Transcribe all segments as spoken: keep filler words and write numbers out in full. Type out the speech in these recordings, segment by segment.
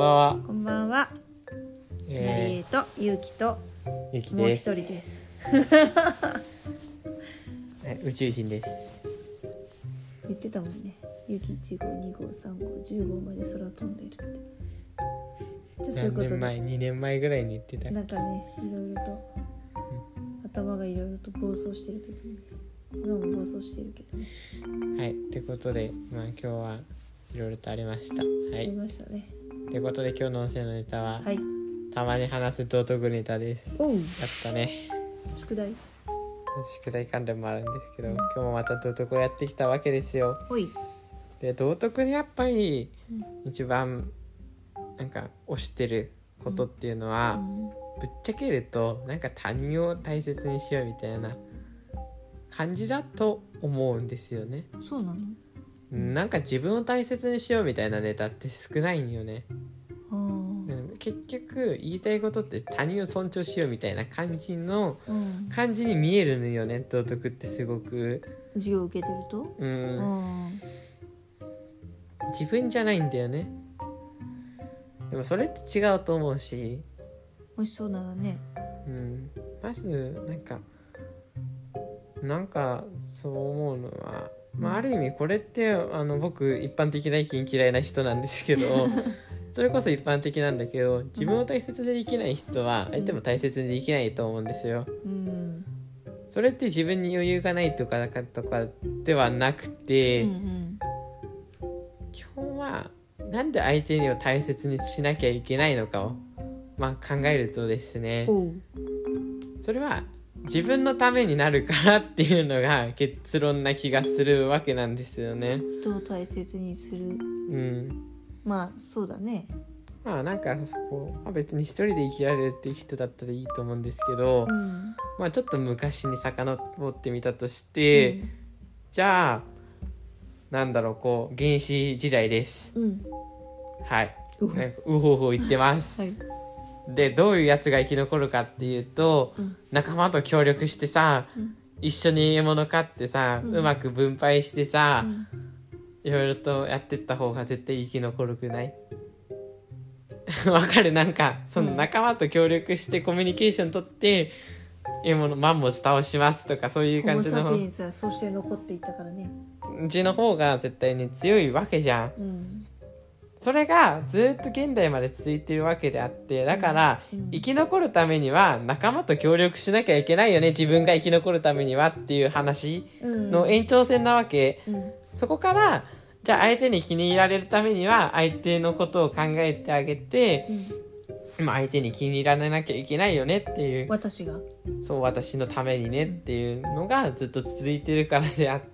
ばんは。 こんばんは。えー、とゆうきとゆきもうです。 一人です。 はい、宇宙人です。 言ってたもんね。ゆうきいち号、に号、さん号、じゅう号まで空を飛んでるって。じゃあそういうことで何年前、にねんまえぐらいに言ってた。 なんかね、いろいろと、うん、頭がいろいろと暴走してる時にね、今も暴走してるけどね。 はい、ってことで、まあ今日はいろいろとありました。はありい。 ましたね。 ってことで今日の音声のネタは、 はい。 たまに話す道徳ネタです。 おう。 やったね。 宿題。 宿題関連もあるんですけど、今日もまた道徳をやってきたわけですよ。 おい。 で、道徳でやっぱりうん一番なんか推してることっていうのは、 うんぶっちゃけるとなんか他人を大切にしようみたいな感じだと思うんですよね。 そうなの？ なんか自分を大切にしようみたいなネタって少ないんよね。 あー結局言いたいことって他人を尊重しようみたいな感じのうん感じに見えるのよね、道徳ってすごく。 授業を受けてると？ ううんん。 自分じゃないんだよね。でもそれって違うと思うし、 もしそうならね。 うん、まずなんかなんかそう思うのは、まあ、ある意味これってあの僕一般的な意見嫌いな人なんですけどそれこそ一般的なんだけど、自分を大切にできない人は相手も大切にできないと思うんですよ。 うんそれって自分に余裕がないとかとかではなくて、 うんうん基本はなんで相手を大切にしなきゃいけないのかを、まあ、考えるとですね、 おう。 それは自分のためになるからっていうのが結論な気がするわけなんですよね。 人を大切にする。 うんまあそうだね。 まあなんかこう、まあ、別に一人で生きられるっていう人だったらいいと思うんですけど、 うんまあちょっと昔に遡ってみたとして、 うんじゃあなんだろう、こう原始時代です。 うんはい、 うほなんかうほうほ言ってますはい。 で、どういうやつが生き残るかっていうと、 うん仲間と協力してさ、 うん一緒に獲物飼ってさ、 ううんまく分配してさ、 うんいろいろとやってった方が絶対生き残るくないわかる？なんかその仲間と協力してコミュニケーション取って獲物マンモス倒しますとか、そういうホモ・感じのサピエンスはそうして残っていったからね。 うちの方が絶対に強いわけじゃん。 うんそれがずっと現代まで続いてるわけであって、だからうん生き残るためには仲間と協力しなきゃいけないよね、自分が生き残るためにはっていう話うんの延長線なわけ。 うんそこからじゃあ相手に気に入られるためには相手のことを考えてあげて、 うんまあ、相手に気に入られなきゃいけないよねっていう、 私がそう私のためにねっていうのがずっと続いてるからであって、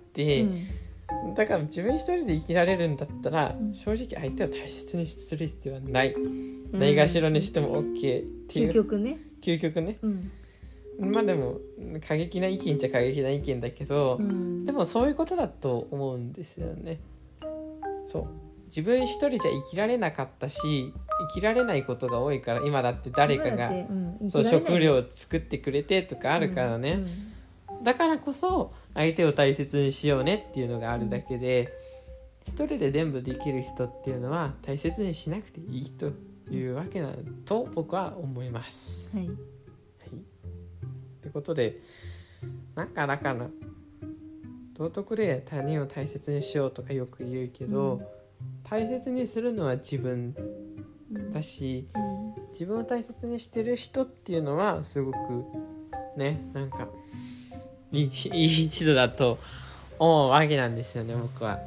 うんだから自分一人で生きられるんだったら、 うん正直相手を大切にする必要はない、ないがしろにしても OK っていう究極ね。 究極ね。 うんまあでも過激な意見っちゃ過激な意見だけど、 うんでもそういうことだと思うんですよね。そう自分一人じゃ生きられなかったし、生きられないことが多いから、今だって誰かが、 うんそう生きられない食料を作ってくれてとかあるからね、 うんだからこそ相手を大切にしようねっていうのがあるだけで、一人で全部できる人っていうのは大切にしなくていいというわけだと僕は思います。 はいはい、ってことで、なんかだから道徳で他人を大切にしようとかよく言うけど、 うん大切にするのは自分うんだし、 うん自分を大切にしてる人っていうのはすごくね、なんかいい、いい人だと思うわけなんですよね、僕は。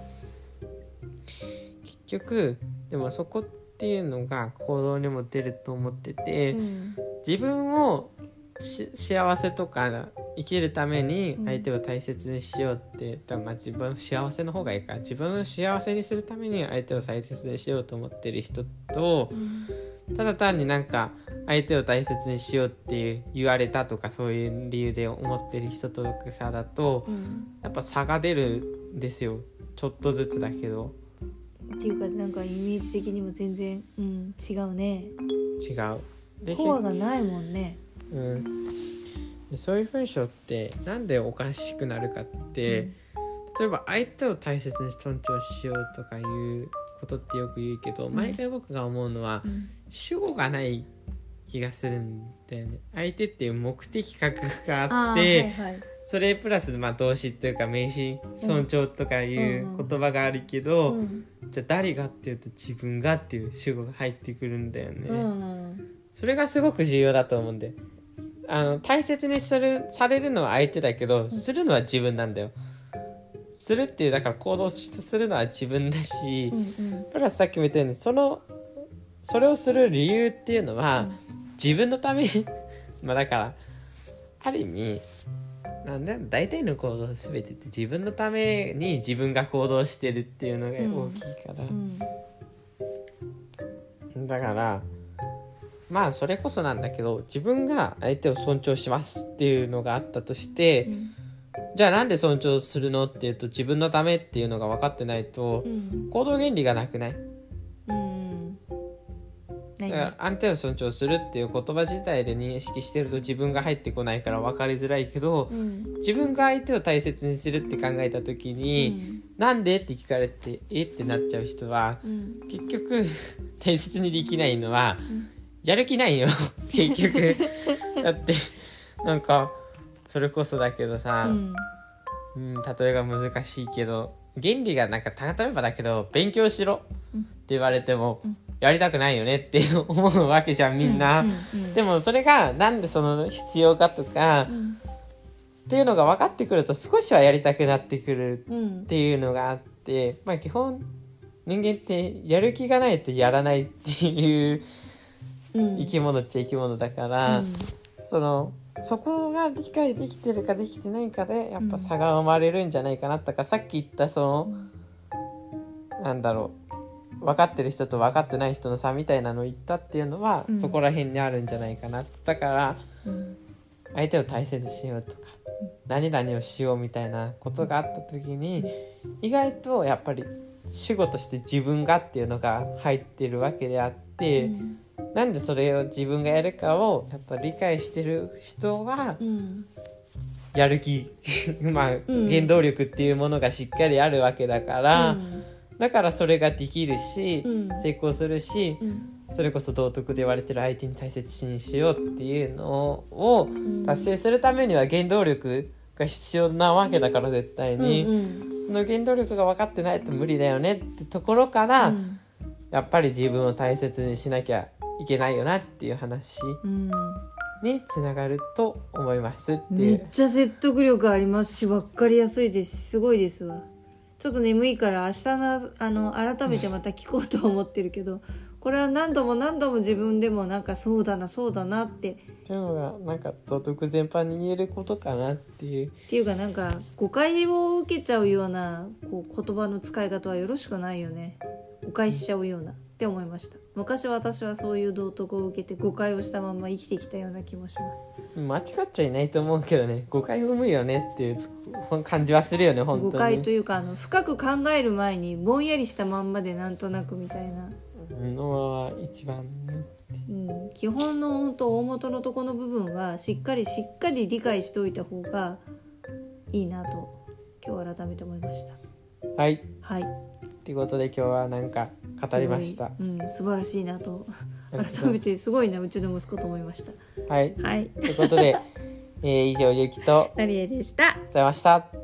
結局でもそこっていうのが行動にも出ると思ってて、 うん自分をし幸せとか生きるために相手を大切にしようって言ったら、まあ自分幸せの方がいいから、自分を幸せにするために相手を大切にしようと思ってる人と、ただ単になんか相手を大切にしようっていう言われたとかそういう理由で思ってる人とかだと、 うんやっぱ差が出るんですよ、ちょっとずつだけど。 っていうかなんかイメージ的にも全然、うん、違うね。 違うでコアがないもんね。 うん、でそういう文章ってなんでおかしくなるかって、 うん例えば相手を大切に尊重しようとかいうことってよく言うけど、 ん毎回僕が思うのは、 うん、 主語がない気がするんだよね。相手っていう目的格があって、 あ、はいはい、 それプラスまあ動詞っていうか名詞尊重とかいう言葉があるけど、 うん、 じゃあ誰がっていうと自分がっていう主語が入ってくるんだよね、 うん、 それがすごく重要だと思うんで、あの大切にするされるのは相手だけど、するのは自分なんだよ。するっていうだから行動するのは自分だし、 うんうん、 プラスさっきも言ったようにそのそれをする理由っていうのは、うん、自分のためまあだからある意味なんだ大体の行動全てって自分のために自分が行動してるっていうのが大きいから、うんうん、だからまあそれこそなんだけど、自分が相手を尊重しますっていうのがあったとして、うん、じゃあなんで尊重するのっていうと、自分のためっていうのが分かってないと、うん、行動原理がなくない？うん、だから相手を尊重するっていう言葉自体で認識してると自分が入ってこないから分かりづらいけど、うん、自分が相手を大切にするって考えた時に、うん、なんでって聞かれてえってなっちゃう人は、うん、結局大切にできないのは、うん、やる気ないよ結局だってなんかそれこそだけどさ、うんうん、例えが難しいけど原理がなんか例えばだけど勉強しろって言われても、うん、やりたくないよねって思うわけじゃんみんな、うんうんうん、でもそれがなんでその必要かとか、うん、っていうのが分かってくると少しはやりたくなってくるっていうのがあって、うん、まあ基本人間ってやる気がないとやらないっていう生き物っちゃ生き物だから、うん、そのそこが理解できてるかできてないかでやっぱ差が生まれるんじゃないかなとか、うん、さっき言ったその、うん、なんだろう分かってる人と分かってない人の差みたいなのを言ったっていうのは、うん、そこら辺にあるんじゃないかな。だから、うん、相手を大切にしようとか、うん、何々をしようみたいなことがあった時に意外とやっぱり主語として自分がっていうのが入ってるわけであって、うん、なんでそれを自分がやるかをやっぱ理解してる人がやる気まあ、うん、原動力っていうものがしっかりあるわけだから、うん、だからそれができるし、うん、成功するし、うん、それこそ道徳で言われてる相手に大切にしようっていうのを達成するためには原動力が必要なわけだから絶対に、うんうん、その原動力が分かってないと無理だよねってところから、うん、やっぱり自分を大切にしなきゃいけないよなっていう話につながると思いますっていう、 めっちゃ説得力ありますし分かりやすいです。すごいですわ。ちょっと眠いから明日の、あの改めてまた聞こうと思ってるけどこれは何度も何度も自分でもなんかそうだなそうだなってっていうのがなんか道徳全般に言えることかなっていうっていうかなんか誤解を受けちゃうようなこう言葉の使い方はよろしくないよね。誤解しちゃうようなって思いました。昔私はそういう道徳を受けて誤解をしたまま生きてきたような気もします。間違っちゃいないと思うけどね、誤解を生むよねっていう感じはするよね本当に。 誤解というかあの深く考える前にぼんやりしたまんまでなんとなくみたいなのは一番、 うん、基本の本当大元のとこの部分はしっかりしっかり理解しておいた方がいいなと今日改めて思いました。 はいはいということで今日はなんか語りました。 うん、素晴らしいなと改めてすごいなうちの息子と思いました。 はい、 はい、 ということで、えー、以上ゆきとなりえでした。 ありがとうございました。